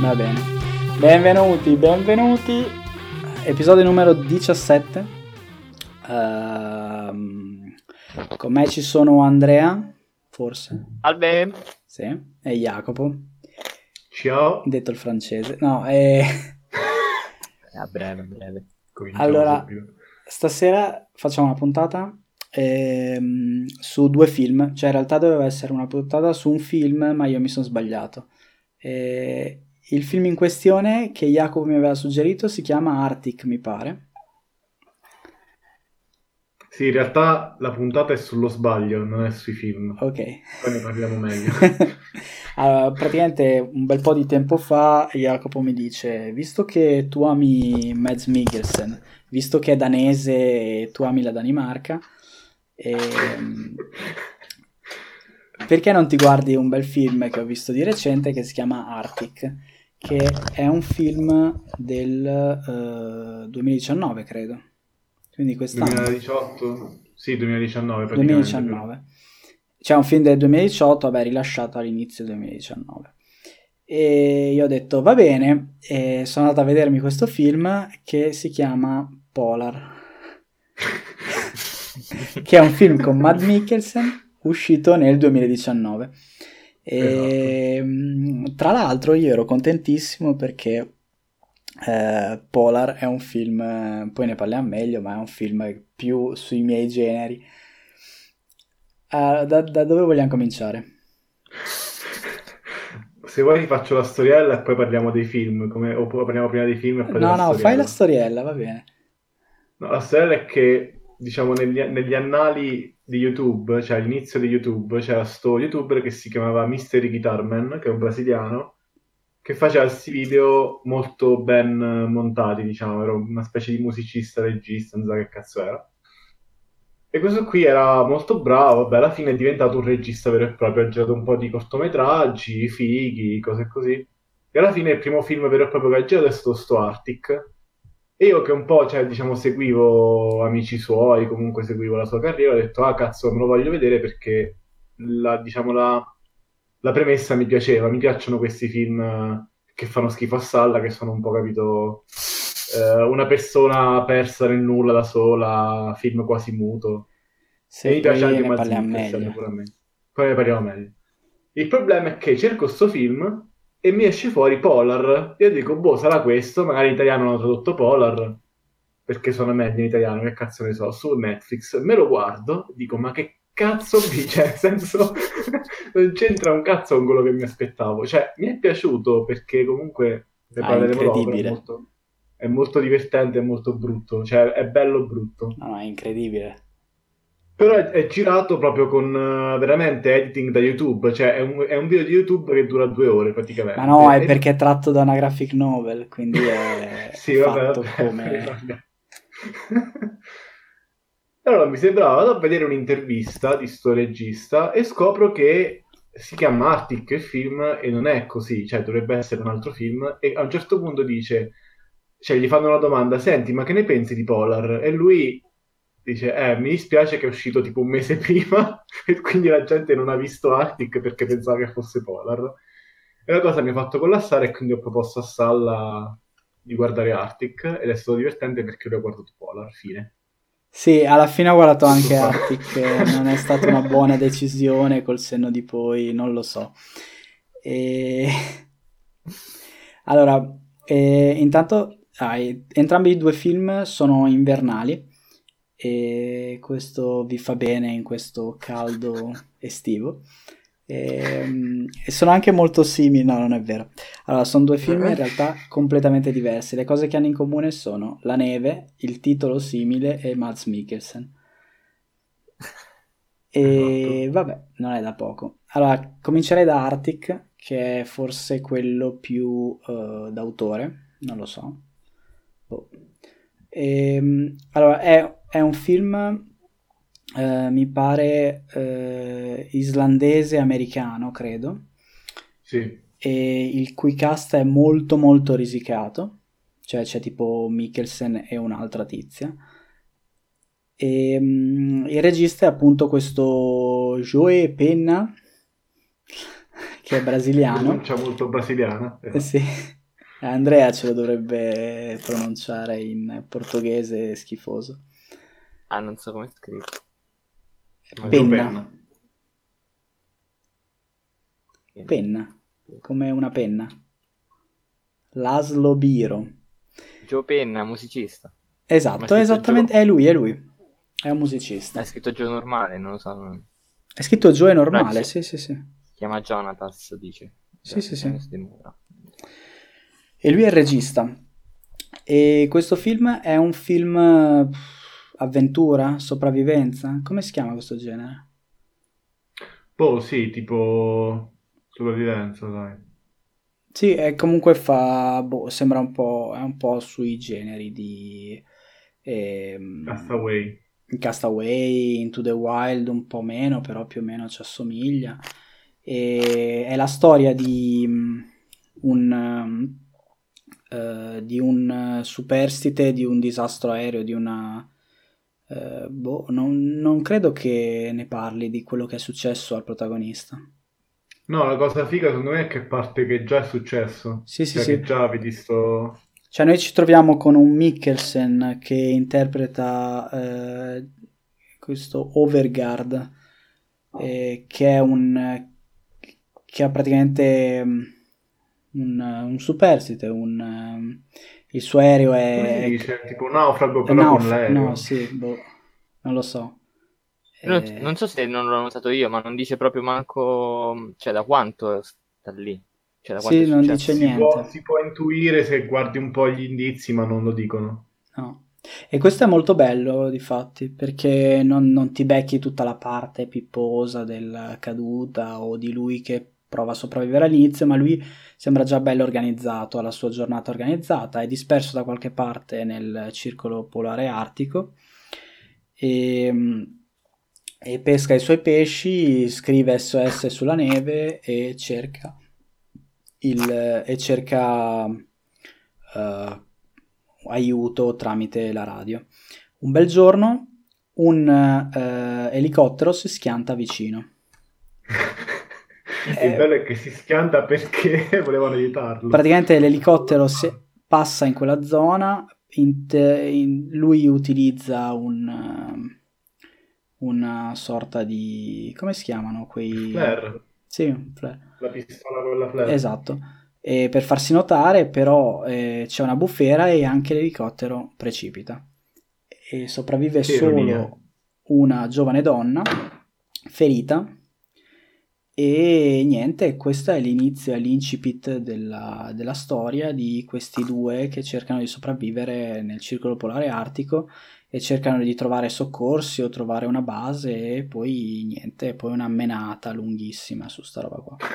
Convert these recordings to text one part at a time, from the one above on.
Va bene. Benvenuti. Episodio numero 17. Con me ci sono Andrea, forse. Albe. Sì. E Jacopo. Ciao. Detto il francese. No, A breve. Allora, stasera facciamo una puntata su due film. Cioè, in realtà doveva essere una puntata su un film, ma io mi sono sbagliato. Il film in questione che Jacopo mi aveva suggerito si chiama Arctic, mi pare. Sì, in realtà la puntata è sullo sbaglio, non è sui film. Ok. Poi ne parliamo meglio. Allora, praticamente un bel po' di tempo fa Jacopo mi dice: visto che tu ami Mads Mikkelsen, visto che è danese e tu ami la Danimarca, perché non ti guardi un bel film che ho visto di recente che si chiama Arctic, che è un film del 2019, credo. Quindi quest'anno. 2018? Sì, 2019 praticamente. 2019. C'è un film del 2018, vabbè, rilasciato all'inizio del 2019. E io ho detto, va bene, e sono andato a vedermi questo film che si chiama Polar. Che è un film con Mads Mikkelsen, uscito nel 2019. E, tra l'altro io ero contentissimo perché Polar è un film, poi ne parliamo meglio, ma è un film più sui miei generi. Da dove vogliamo cominciare? Se vuoi ti faccio la storiella e poi parliamo dei film, o parliamo prima dei film e poi della storiella. Fai la storiella, va bene. No, la storiella è che, diciamo, negli annali di YouTube, cioè all'inizio di YouTube, c'era sto youtuber che si chiamava Mystery Guitarman, che è un brasiliano, che faceva questi video molto ben montati, diciamo, era una specie di musicista, regista, non so che cazzo era. E questo qui era molto bravo, vabbè, alla fine è diventato un regista vero e proprio, ha girato un po' di cortometraggi, fighi, cose così. E alla fine il primo film vero e proprio che ha girato è stato sto Arctic. E io che un po', cioè, diciamo, seguivo amici suoi, comunque seguivo la sua carriera, ho detto, ah, cazzo, me lo voglio vedere perché diciamo, la premessa mi piaceva. Mi piacciono questi film che fanno schifo a Salla, che sono un po', capito, una persona persa nel nulla da sola, film quasi muto. Se E mi piace poi anche ne Mads parliamo Mikkelsen, meglio. sicuramente. Poi ne parliamo meglio. Il problema è che cerco sto film e mi esce fuori Polar. Io dico, boh, sarà questo. Magari in italiano hanno tradotto Polar, perché sono meglio in italiano, che cazzo ne so, su Netflix. Me lo guardo, dico, ma che cazzo dice? Nel senso, non c'entra un cazzo con quello che mi aspettavo. Cioè, mi è piaciuto perché comunque, ne parleremo dopo, incredibile. è molto divertente e molto brutto. Cioè, è bello brutto. No, è incredibile. Però è girato proprio con veramente editing da YouTube, cioè è un video di YouTube che dura 2 ore praticamente. Ma no, è perché è tratto da una graphic novel, quindi è sì, fatto vabbè, come... Allora mi sembrava, vado a vedere un'intervista di sto regista e scopro che si chiama Arctic il film e non è così, cioè dovrebbe essere un altro film e a un certo punto dice, cioè gli fanno una domanda, senti, ma che ne pensi di Polar? E lui dice, mi dispiace che è uscito tipo un mese prima e quindi la gente non ha visto Arctic perché pensava che fosse Polar. E la cosa mi ha fatto collassare e quindi ho proposto a Salla di guardare Arctic ed è stato divertente perché lui ha guardato Polar, fine. Sì, alla fine ho guardato anche Tutto qua. Arctic, non è stata una buona decisione col senno di poi, non lo so. E... Allora, intanto entrambi i due film sono invernali e questo vi fa bene in questo caldo estivo. E sono anche molto simili, no, non è vero. Allora, sono due film in realtà completamente diversi. Le cose che hanno in comune sono la neve, il titolo simile e Mads Mikkelsen. E vabbè, non è da poco. Allora, comincerei da Arctic, che è forse quello più d'autore, non lo so. Boh. Allora, è un film, mi pare, islandese-americano, credo. Sì. E il cui cast è molto molto risicato, cioè c'è tipo Mikkelsen e un'altra tizia. E il regista è appunto questo Joe Penna, che è brasiliano. Pronuncia molto brasiliana. Sì. Andrea ce lo dovrebbe pronunciare in portoghese schifoso. Ah, non so come è scritto. Penna. Penna, come una penna. Laszlo Biro. Joe Penna, musicista. Esatto, esattamente, è lui. È un musicista. È scritto Joe normale, non lo so. È scritto Joe normale, sì. Si chiama Jonatas, dice. Sì. E lui è il regista. E questo film è un film avventura, sopravvivenza. Come si chiama questo genere? Boh, sì, tipo sopravvivenza, dai. Sì, comunque sembra un po', è un po' sui generi di Castaway, Into the Wild, un po' meno, però più o meno ci assomiglia. E è la storia di un superstite, di un disastro aereo, di una... non credo che ne parli di quello che è successo al protagonista. No, la cosa figa secondo me è che parte che già è successo. Sì. Che già vedi sto... Cioè noi ci troviamo con un Mikkelsen che interpreta questo Overgard, che ha praticamente un superstite, il suo aereo è... Come si dice? Tipo un naufrago però con l'aereo. No, sì, non lo so. Non so se non l'ho notato io, ma non dice proprio manco... Cioè, da quanto sta lì? Cioè, da quanto sì, non dice niente. Si può intuire se guardi un po' gli indizi, ma non lo dicono. No. E questo è molto bello, difatti, perché non ti becchi tutta la parte pipposa della caduta o di lui che prova a sopravvivere all'inizio, ma lui sembra già bello organizzato, ha la sua giornata organizzata, è disperso da qualche parte nel circolo polare artico e pesca i suoi pesci, scrive SOS sulla neve e cerca aiuto tramite la radio. Un bel giorno un elicottero si schianta vicino. Il bello è che si schianta perché volevano aiutarlo. Praticamente l'elicottero passa in quella zona, lui utilizza una sorta di... come si chiamano quei... Flare. Sì, un flare. La pistola con la flare. Esatto. E per farsi notare però c'è una bufera e anche l'elicottero precipita. E sopravvive solo una giovane donna ferita. E niente, questo è l'inizio, è l'incipit della storia di questi due che cercano di sopravvivere nel circolo polare artico e cercano di trovare soccorsi o trovare una base e poi niente, poi una menata lunghissima su sta roba qua.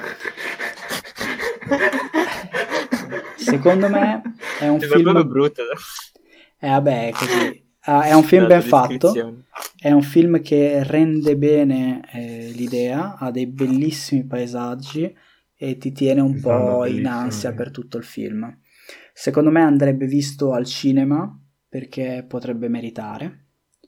Secondo me è un film proprio brutto. Vabbè, è così. È un film ben fatto, è un film che rende bene l'idea, ha dei bellissimi paesaggi e ti tiene un po' in ansia per tutto il film. Secondo me andrebbe visto al cinema perché potrebbe meritare.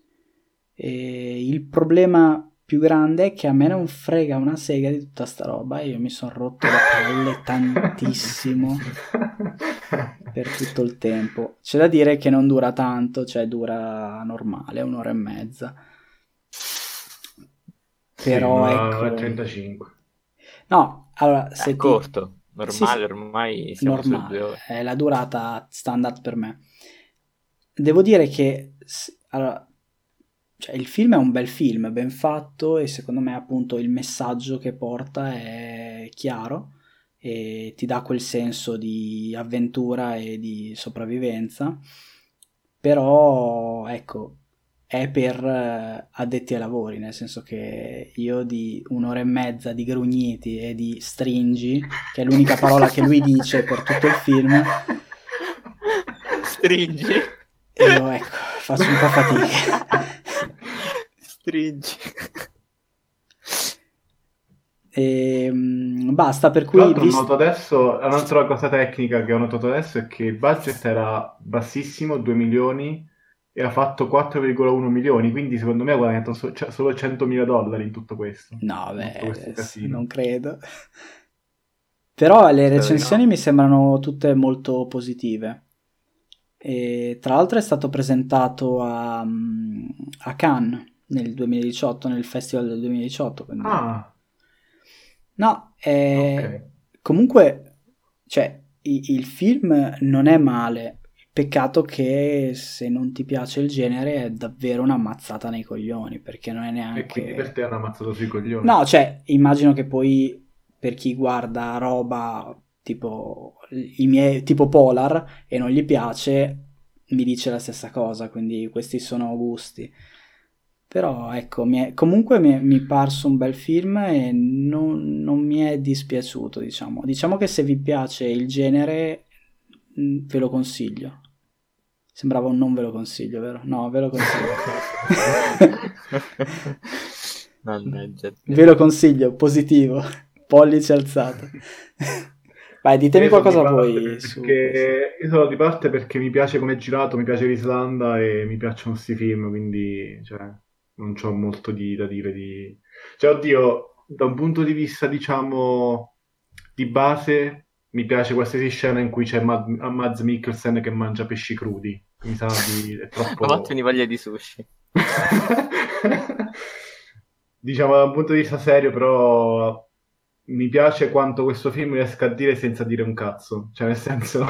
E il problema più grande è che a me non frega una sega di tutta sta roba e io mi sono rotto le palle tantissimo per tutto il tempo. C'è da dire che non dura tanto, cioè dura normale, 1 ora e mezza. Però sì, ecco... 35. No, allora... se corto, normale, sì, ormai siamo normale, su 2 ore. è la durata standard per me. Devo dire che... allora, cioè, il film è un bel film, ben fatto e secondo me appunto il messaggio che porta è chiaro e ti dà quel senso di avventura e di sopravvivenza, però ecco, è per addetti ai lavori, nel senso che io di 1 ora e mezza di grugniti e di stringi, che è l'unica parola che lui dice per tutto il film, stringi, io ecco, faccio un po' fatica. Stringi. E basta, per cui tra l'altro noto adesso, un'altra cosa tecnica che ho notato adesso è che il budget era bassissimo, 2 milioni e ha fatto 4,1 milioni, quindi secondo me ha guadagnato solo $100.000 in tutto questo. No, beh, non credo. Però le Spero di recensioni no. mi sembrano tutte molto positive. E tra l'altro è stato presentato a Cannes nel 2018, nel Festival del 2018, quindi... Ah, No, ok. comunque, cioè, il film non è male. Peccato che se non ti piace il genere è davvero una mazzata nei coglioni, perché non è E quindi per neanche... te hanno ammazzato sui coglioni. No, cioè, immagino che poi per chi guarda roba tipo i miei, tipo Polar e non gli piace, mi dice la stessa cosa, quindi questi sono gusti. Però ecco, comunque mi è parso un bel film e non mi è dispiaciuto, diciamo. Diciamo che se vi piace il genere, ve lo consiglio. Sembrava un non ve lo consiglio, vero? No, ve lo consiglio. Mannaggia te. Ve lo consiglio, positivo. Pollice alzato. Vai, ditemi Io sono di qualcosa parte voi su questo. perché io sono di parte perché mi piace come è girato, mi piace l'Islanda e mi piacciono questi film, quindi cioè, non c'ho molto da dire di... Cioè, oddio, da un punto di vista, diciamo, di base, mi piace qualsiasi scena in cui c'è Mads Mikkelsen che mangia pesci crudi. Mi sa di... è Ma fatemi troppo... voglia di sushi. Diciamo da un punto di vista serio, però mi piace quanto questo film riesca a dire senza dire un cazzo. Cioè, nel senso,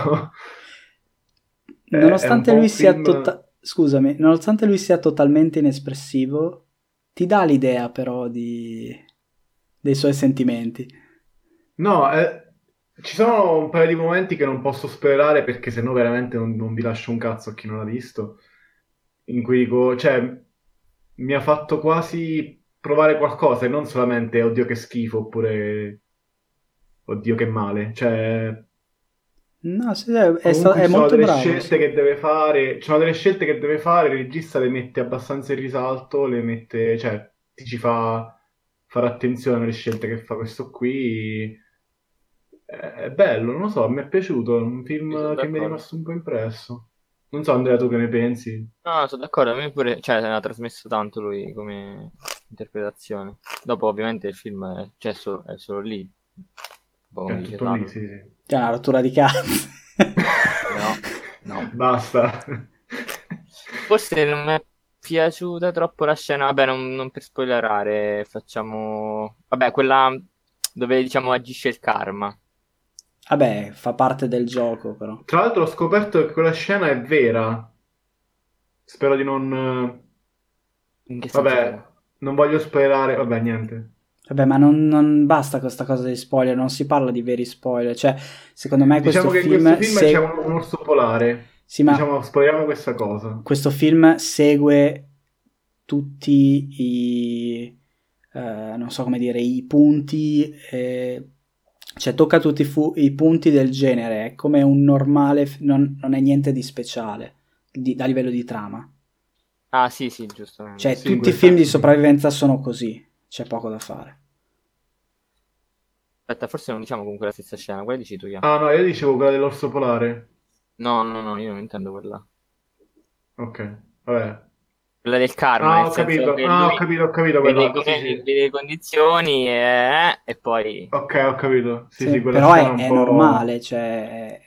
è un Nonostante po' lui un sia film... scusami, nonostante lui sia totalmente inespressivo, ti dà l'idea però dei suoi sentimenti. No, ci sono un paio di momenti che non posso spoilerare perché sennò veramente non vi lascio un cazzo a chi non l'ha visto. In cui dico, cioè, mi ha fatto quasi provare qualcosa e non solamente oddio che schifo oppure oddio che male. Cioè, No, sì, comunque è ci sono molto delle bravo, scelte sì. che deve fare, ci sono delle scelte che deve fare, il regista le mette abbastanza in risalto, le mette, cioè, ti ci fa fare attenzione alle scelte che fa questo qui. È bello, non lo so, mi è piaciuto, è un Io sono film che mi è d'accordo. rimasto un po' impresso. Non so, Andrea, tu che ne pensi? No, sono d'accordo, a me pure, cioè, ha trasmesso tanto lui come interpretazione. Dopo, ovviamente, il film è solo lì, un po' come È dice tutto lì, Salvo. sì, sì. C'è una rottura di cazzo. No, no. Basta. Forse non mi è piaciuta troppo la scena, vabbè, non per spoilerare, facciamo... Vabbè, quella dove, diciamo, agisce il karma. Vabbè, fa parte del gioco, però. Tra l'altro ho scoperto che quella scena è vera. Spero di non... In che senso è Vabbè, vero? non voglio spoilerare. Vabbè, niente. Vabbè, ma non basta questa cosa di spoiler, non si parla di veri spoiler. Cioè, secondo me questo Diciamo che in questo film film c'è un orso polare. Sì, ma Diciamo, spoileriamo questa cosa. questo film segue tutti non so come dire, i punti, cioè tocca tutti i punti del genere, è come un normale, non è niente di speciale a livello di trama. Ah, sì, sì, giustamente. Cioè Sì, in tutti i quel film di senso sì. sopravvivenza sono così, c'è poco da fare. Aspetta, forse non diciamo comunque la stessa scena, quella dici tu, ya. Ah, no, io dicevo quella dell'orso polare. No, no, no, io non intendo quella. Ok, vabbè. Quella del karma, Ah, nel senso che ho lui capito, ho capito vede, quella. Sì, come, sì. vede le condizioni e poi... Ok, ho capito. Sì, Sì, sì, quella però scena un è po'... normale, cioè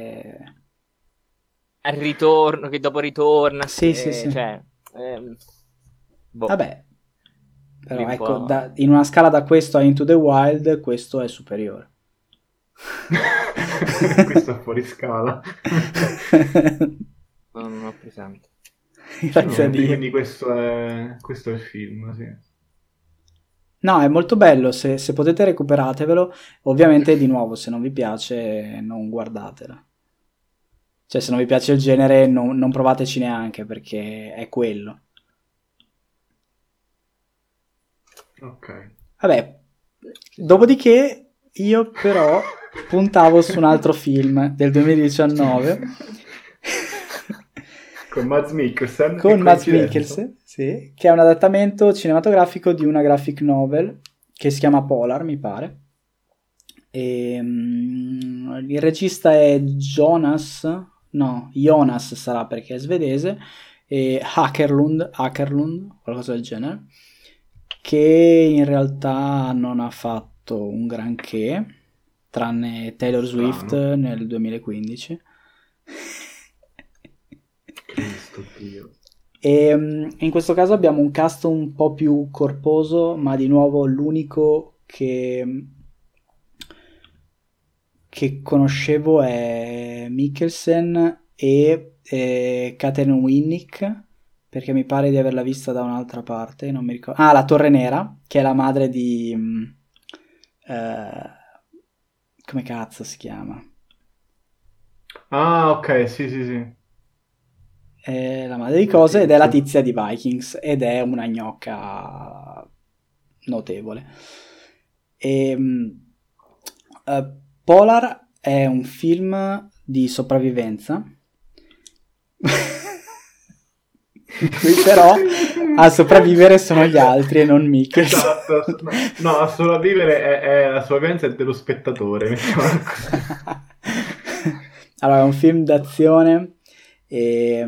al ritorno, che dopo ritorna, sì, sì, sì. cioè, ehm, boh, Vabbè, lì però un ecco, po'... in una scala da questo a Into the Wild, questo è superiore. Questo è fuori scala. non ho presente. Grazie a Quindi Dio. questo è il film, sì. No, è molto bello, se potete recuperatevelo. Ovviamente, di nuovo, se non vi piace, non guardatela. Cioè, se non vi piace il genere, non provateci neanche, perché è quello. Ok. Vabbè, dopodiché io però puntavo su un altro film del 2019 Con Mads Mikkelsen, che con Mads coincidenza. Mikkelsen, sì, che è un adattamento cinematografico di una graphic novel che si chiama Polar, mi pare. Il regista è Jonas sarà perché è svedese, e Hackerlund, qualcosa del genere, che in realtà non ha fatto un granché, tranne Taylor Swift nel 2015. Cristo Dio. E in questo caso abbiamo un cast un po' più corposo, ma di nuovo l'unico che conoscevo è Mikkelsen e Catherine Winnick, perché mi pare di averla vista da un'altra parte, non mi ricordo. Ah, la Torre Nera, che è la madre di come cazzo si chiama? Ah, ok, sì. È la madre di cose ed è la tizia di Vikings ed è una gnocca notevole. E, Polar è un film di sopravvivenza in cui però a sopravvivere sono gli altri e non Mikkelsen. Esatto. No, a sopravvivere è la sopravvivenza dello spettatore, mettiamola così. Allora, è un film d'azione e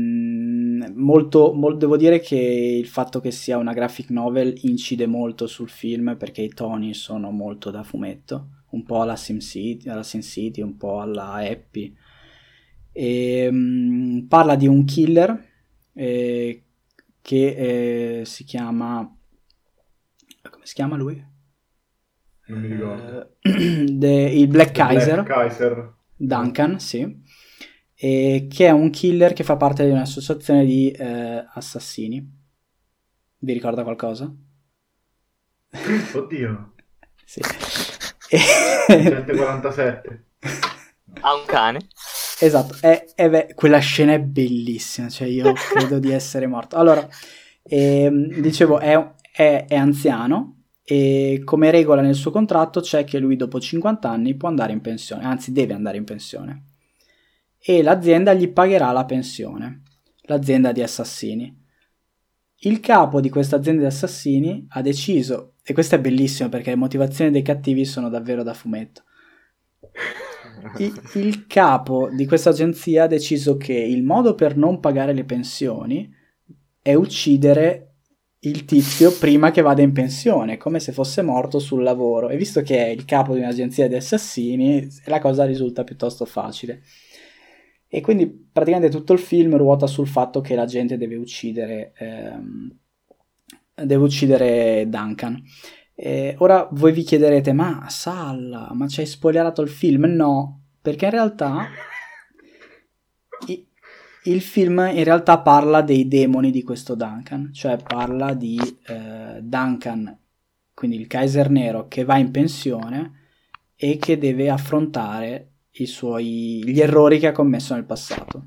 devo dire che il fatto che sia una graphic novel incide molto sul film, perché i toni sono molto da fumetto, un po' alla Sin City, un po' alla Happy. E parla di un killer che si chiama, come si chiama lui? Non mi ricordo. Il Black Kaiser. Black Kaiser. Duncan, sì, che è un killer che fa parte di un'associazione di assassini. Vi ricorda qualcosa? Oddio. Sì. 147. Ha un cane. Esatto, quella scena è bellissima, cioè io credo di essere morto. Allora, dicevo, è anziano e come regola nel suo contratto c'è che lui dopo 50 anni può andare in pensione, anzi deve andare in pensione, e l'azienda gli pagherà la pensione, l'azienda di assassini. Il capo di questa azienda di assassini ha deciso, e questo è bellissimo perché le motivazioni dei cattivi sono davvero da fumetto, il capo di questa agenzia ha deciso che il modo per non pagare le pensioni è uccidere il tizio prima che vada in pensione, come se fosse morto sul lavoro, e visto che è il capo di un'agenzia di assassini la cosa risulta piuttosto facile, e quindi praticamente tutto il film ruota sul fatto che la gente deve uccidere Duncan. Ora voi vi chiederete, ma Salla, ma ci hai spoilerato il film? No, perché in realtà il film in realtà parla dei demoni di questo Duncan, cioè parla di Duncan, quindi il Kaiser Nero, che va in pensione e che deve affrontare gli errori che ha commesso nel passato.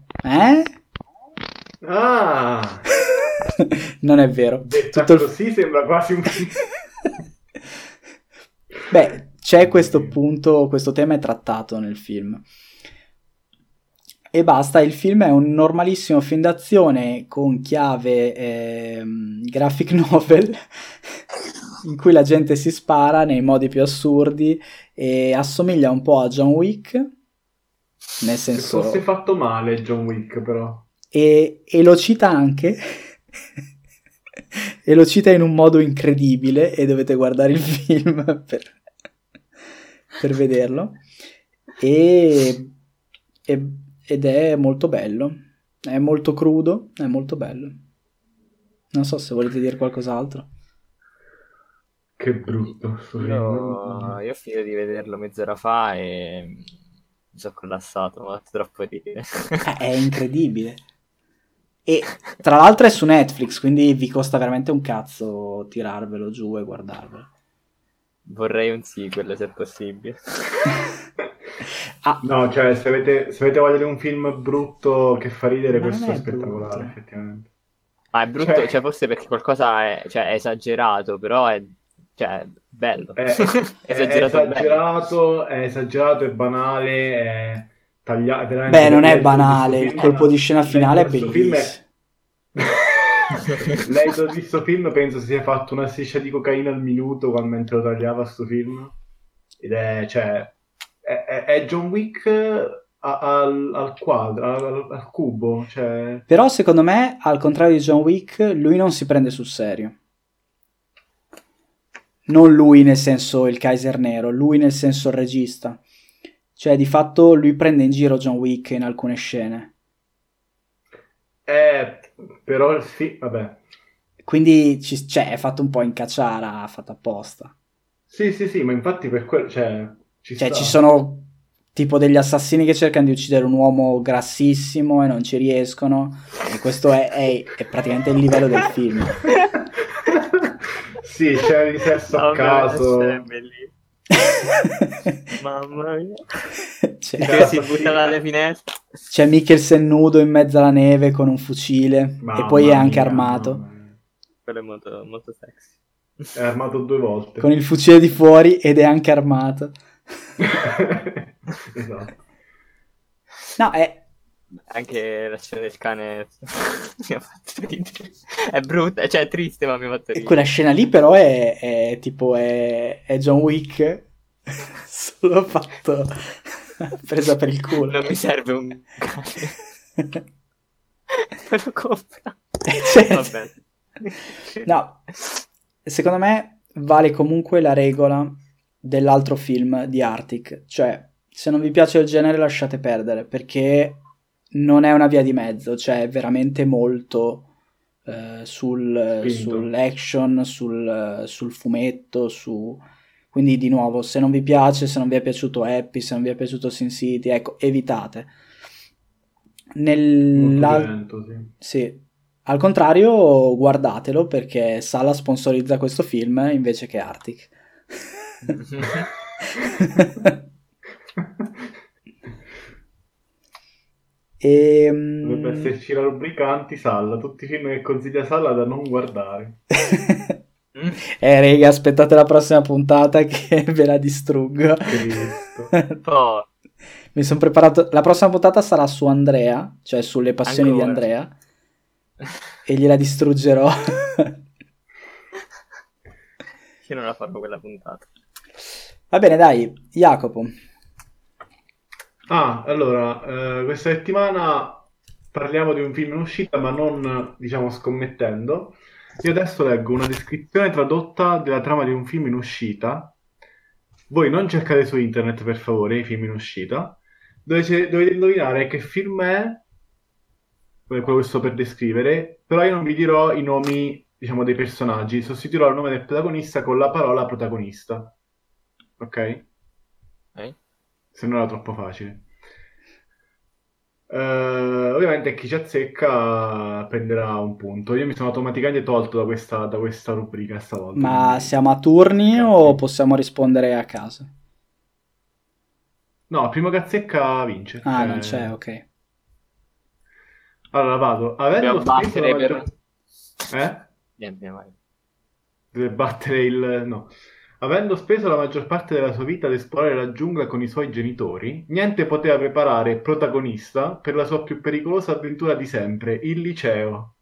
Ah! Non è vero. Detta così sembra quasi un... Beh, c'è questo punto, questo tema è trattato nel film. E basta, il film è un normalissimo film d'azione con chiave graphic novel in cui la gente si spara nei modi più assurdi e assomiglia un po' a John Wick, nel senso... Se fosse fatto male John Wick, però. E lo cita anche... e lo cita in un modo incredibile e dovete guardare il film per vederlo. Ed è molto bello, è molto crudo, è molto bello. Non so se volete dire qualcos'altro. Che brutto. Io ho finito di vederlo mezz'ora fa e mi sono collassato, mi ha fatto troppo ridere. È incredibile. E tra l'altro è su Netflix, quindi vi costa veramente un cazzo tirarvelo giù e guardarvelo. Vorrei un sequel se è possibile. No, cioè se avete voglia di un film brutto che fa ridere, Ma questo non è è spettacolare, brutto. effettivamente. Ma è brutto, cioè forse perché qualcosa è esagerato, però è bello. È esagerato, è esagerato, è banale, è tagliato. Beh, non è banale, il colpo di scena finale è bellissimo. L'esito di sto film penso si sia fatto una striscia di cocaina al minuto mentre lo tagliava sto film, ed è John Wick al quadro, al cubo, cioè... Però secondo me, al contrario di John Wick, lui non si prende sul serio. non lui nel senso il Kaiser Nero, lui nel senso il regista. Cioè, di fatto, lui prende in giro John Wick in alcune scene. Però sì, vabbè. Quindi è fatto un po' in cacciara, fatto apposta. Sì, ma infatti per quello, cioè, ci Cioè, sta. ci sono tipo degli assassini che cercano di uccidere un uomo grassissimo e non ci riescono. E questo è praticamente il livello del film. Sì, c'è di sesso a caso. Mamma mia. C'è, Che si butta dalle finestre. c'è Mikkelsen nudo in mezzo alla neve con un fucile e poi è anche armato. Mamma mia. Quello è molto, molto sexy. È armato 2 volte. Con il fucile di fuori ed è anche armato. Esatto. No, Anche la scena del cane mi ha fatto ridere. È brutta, cioè è triste, ma mi ha fatto ridere. quella scena lì però è tipo è John Wick solo fatto presa per il culo. Non mi serve un cane. Me lo compra. Certo. Va bene. No, secondo me vale comunque la regola dell'altro film di Arctic, cioè se non vi piace il genere lasciate perdere, perché non è una via di mezzo, cioè è veramente molto Spinto. sull'action, sul fumetto, quindi di nuovo, se non vi piace, se non vi è piaciuto Happy, se non vi è piaciuto Sin City, ecco, evitate. Molto violento, sì. Sì. Al contrario, guardatelo perché Sala sponsorizza questo film invece che Arctic. Dovrebbe esserci la rubrica anti-Salla, tutti i film che consiglia Salla da non guardare. Raga, aspettate la prossima puntata che ve la distruggo. Cristo. Oh, Mi sono preparato. La prossima puntata sarà su Andrea, cioè sulle passioni Ancora. di Andrea, e gliela distruggerò. io non la farò quella puntata. Va bene, dai, Jacopo. Allora, questa settimana parliamo di un film in uscita, ma non, diciamo, scommettendo. Io adesso leggo una descrizione tradotta della trama di un film in uscita. Voi non cercate su internet, per favore, i film in uscita. Dovete indovinare che film è, quello che sto per descrivere, però io non vi dirò i nomi, diciamo, dei personaggi. Sostituirò il nome del protagonista con la parola protagonista. Ok? Se no era troppo facile. Ovviamente chi ci azzecca prenderà un punto. Io mi sono automaticamente tolto da questa rubrica stavolta. Ma quindi- siamo a turni o possiamo rispondere a caso? No, primo che azzecca vince. Ah, Cioè- non c'è, ok. Allora vado. Avendo Dobbiamo speso battere la maggior... Niente, vai. Deve battere il... No. Avendo speso la maggior parte della sua vita ad esplorare la giungla con i suoi genitori, niente poteva preparare il protagonista per la sua più pericolosa avventura di sempre, il liceo.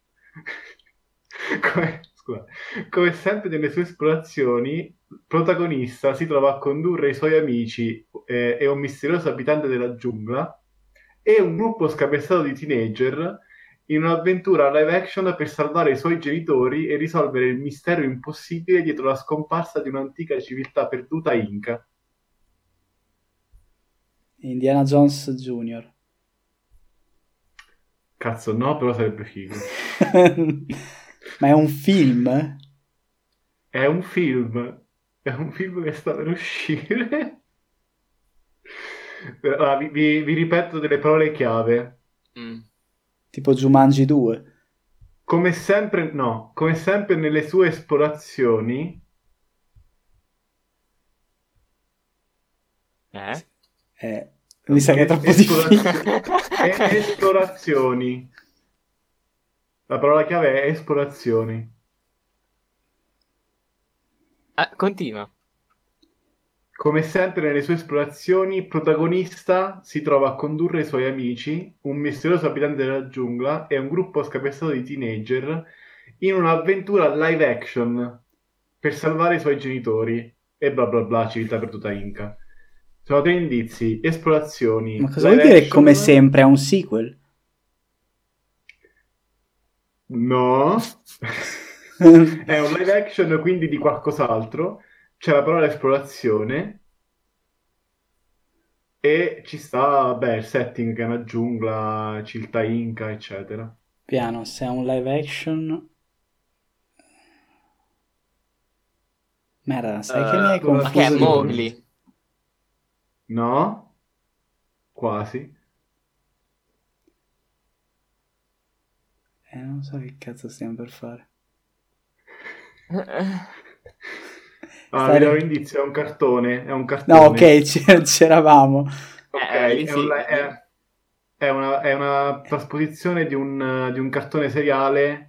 Scusa. Come sempre nelle sue esplorazioni, il protagonista si trova a condurre i suoi amici e un misterioso abitante della giungla e un gruppo scapestato di teenager in un'avventura live action per salvare i suoi genitori e risolvere il mistero impossibile dietro la scomparsa di un'antica civiltà perduta inca. Indiana Jones Jr. Cazzo, no, però sarebbe figo. Ma è un film? È un film che sta per uscire. Allora, vi ripeto delle parole chiave. Tipo Jumanji 2? Come sempre nelle sue esplorazioni, Mi sa che è troppo difficile. Esplorazioni. La parola chiave è esplorazioni. Continua. Come sempre nelle sue esplorazioni, il protagonista si trova a condurre i suoi amici, un misterioso abitante della giungla e un gruppo scapestato di teenager in un'avventura live action per salvare i suoi genitori e bla bla bla, civiltà perduta inca. Sono 3 indizi: esplorazioni. Ma cosa live vuol dire action- come sempre è un sequel? No. È un live action, quindi di qualcos'altro. c'è la parola esplorazione e ci sta, il setting che è una giungla, civiltà inca, eccetera. Piano, se è un live action... Merda, sai che mi hai Ma Ma che è confuso di brutto. Mowgli? No? Quasi. Non so che cazzo stiamo per fare. Vi do un indizio, è un cartone. No, ok, c'eravamo. Ok, lì sì. è una trasposizione di un cartone seriale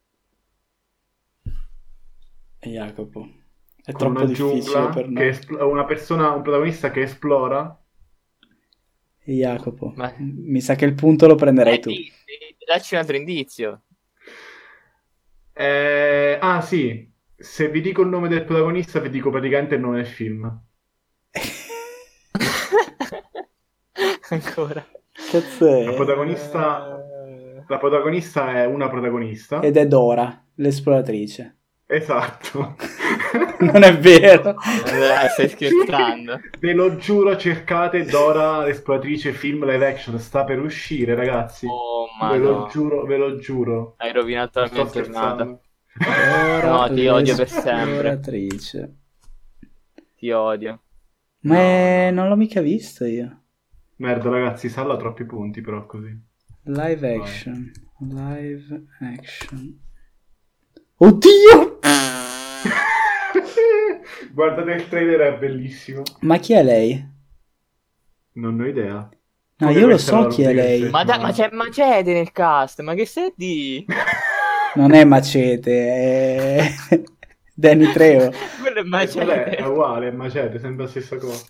Jacopo, è con troppo una difficile giungla, per noi. un protagonista che esplora. Jacopo, Ma- mi sa che il punto lo prenderai tu. Dacci un altro indizio. Sì, se vi dico il nome del protagonista, vi dico praticamente il nome del film. Ancora. Cazzo è? La protagonista è una protagonista. Ed è Dora, l'esploratrice. Esatto. Non è vero. Stai scherzando? Ve lo giuro, cercate Dora l'esploratrice film live action, sta per uscire, ragazzi. Oh, Ve lo madonna. giuro, ve lo giuro. Hai rovinato la Non mia sto giornata. scherzando. Dora, No, ti odio per sempre. l'esploratrice. Ti odio. Ma non l'ho mica visto io. Merda, ragazzi, Salla ha troppi punti, però così. Live action. Live action. Oddio! Guardate il trailer, è bellissimo. Ma chi è lei? Non ho idea. No, Come io lo questa so è la chi è rubrica lei. di Ma settimana. c'è Macete nel cast, ma che sei di? Non è Macete, è Danny Trejo. Quello è Vabbè, è Macete. uguale, è Macete, sembra la stessa cosa.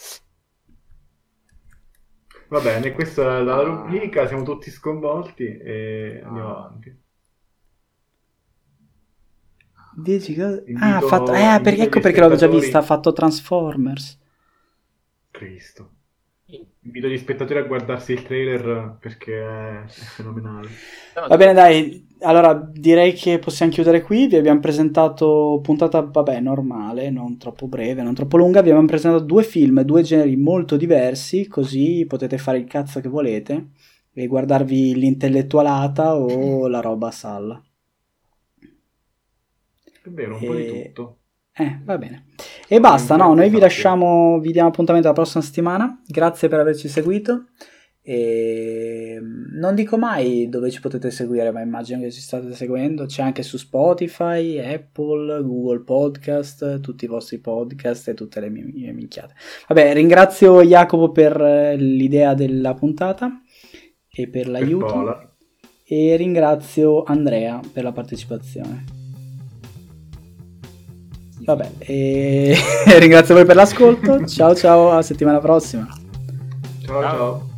Va bene, questa è la rubrica, siamo tutti sconvolti e andiamo avanti. 10 cose. Invito- Ah, ha fatto. invito Ecco gli perché l'avevo già spettatori- vista. Ha fatto Transformers. Cristo. Invito gli spettatori a guardarsi il trailer perché è fenomenale. Va bene, dai. Allora direi che possiamo chiudere qui. Vi abbiamo presentato puntata, vabbè, normale, non troppo breve, non troppo lunga. Vi abbiamo presentato 2 film, 2 generi molto diversi. Così potete fare il cazzo che volete e guardarvi l'intellettualata o la roba a Salla. È vero, un po' di tutto. Va bene. E basta, no, noi vi lasciamo, vi diamo appuntamento la prossima settimana. Grazie per averci seguito. E non dico mai dove ci potete seguire, ma immagino che ci state seguendo. C'è anche su Spotify, Apple, Google Podcast, tutti i vostri podcast e tutte le mie minchiate. Vabbè, ringrazio Jacopo per l'idea della puntata e per l'aiuto. Paola. E ringrazio Andrea per la partecipazione. Vabbè, e ringrazio voi per l'ascolto. Ciao ciao, a settimana prossima. Ciao.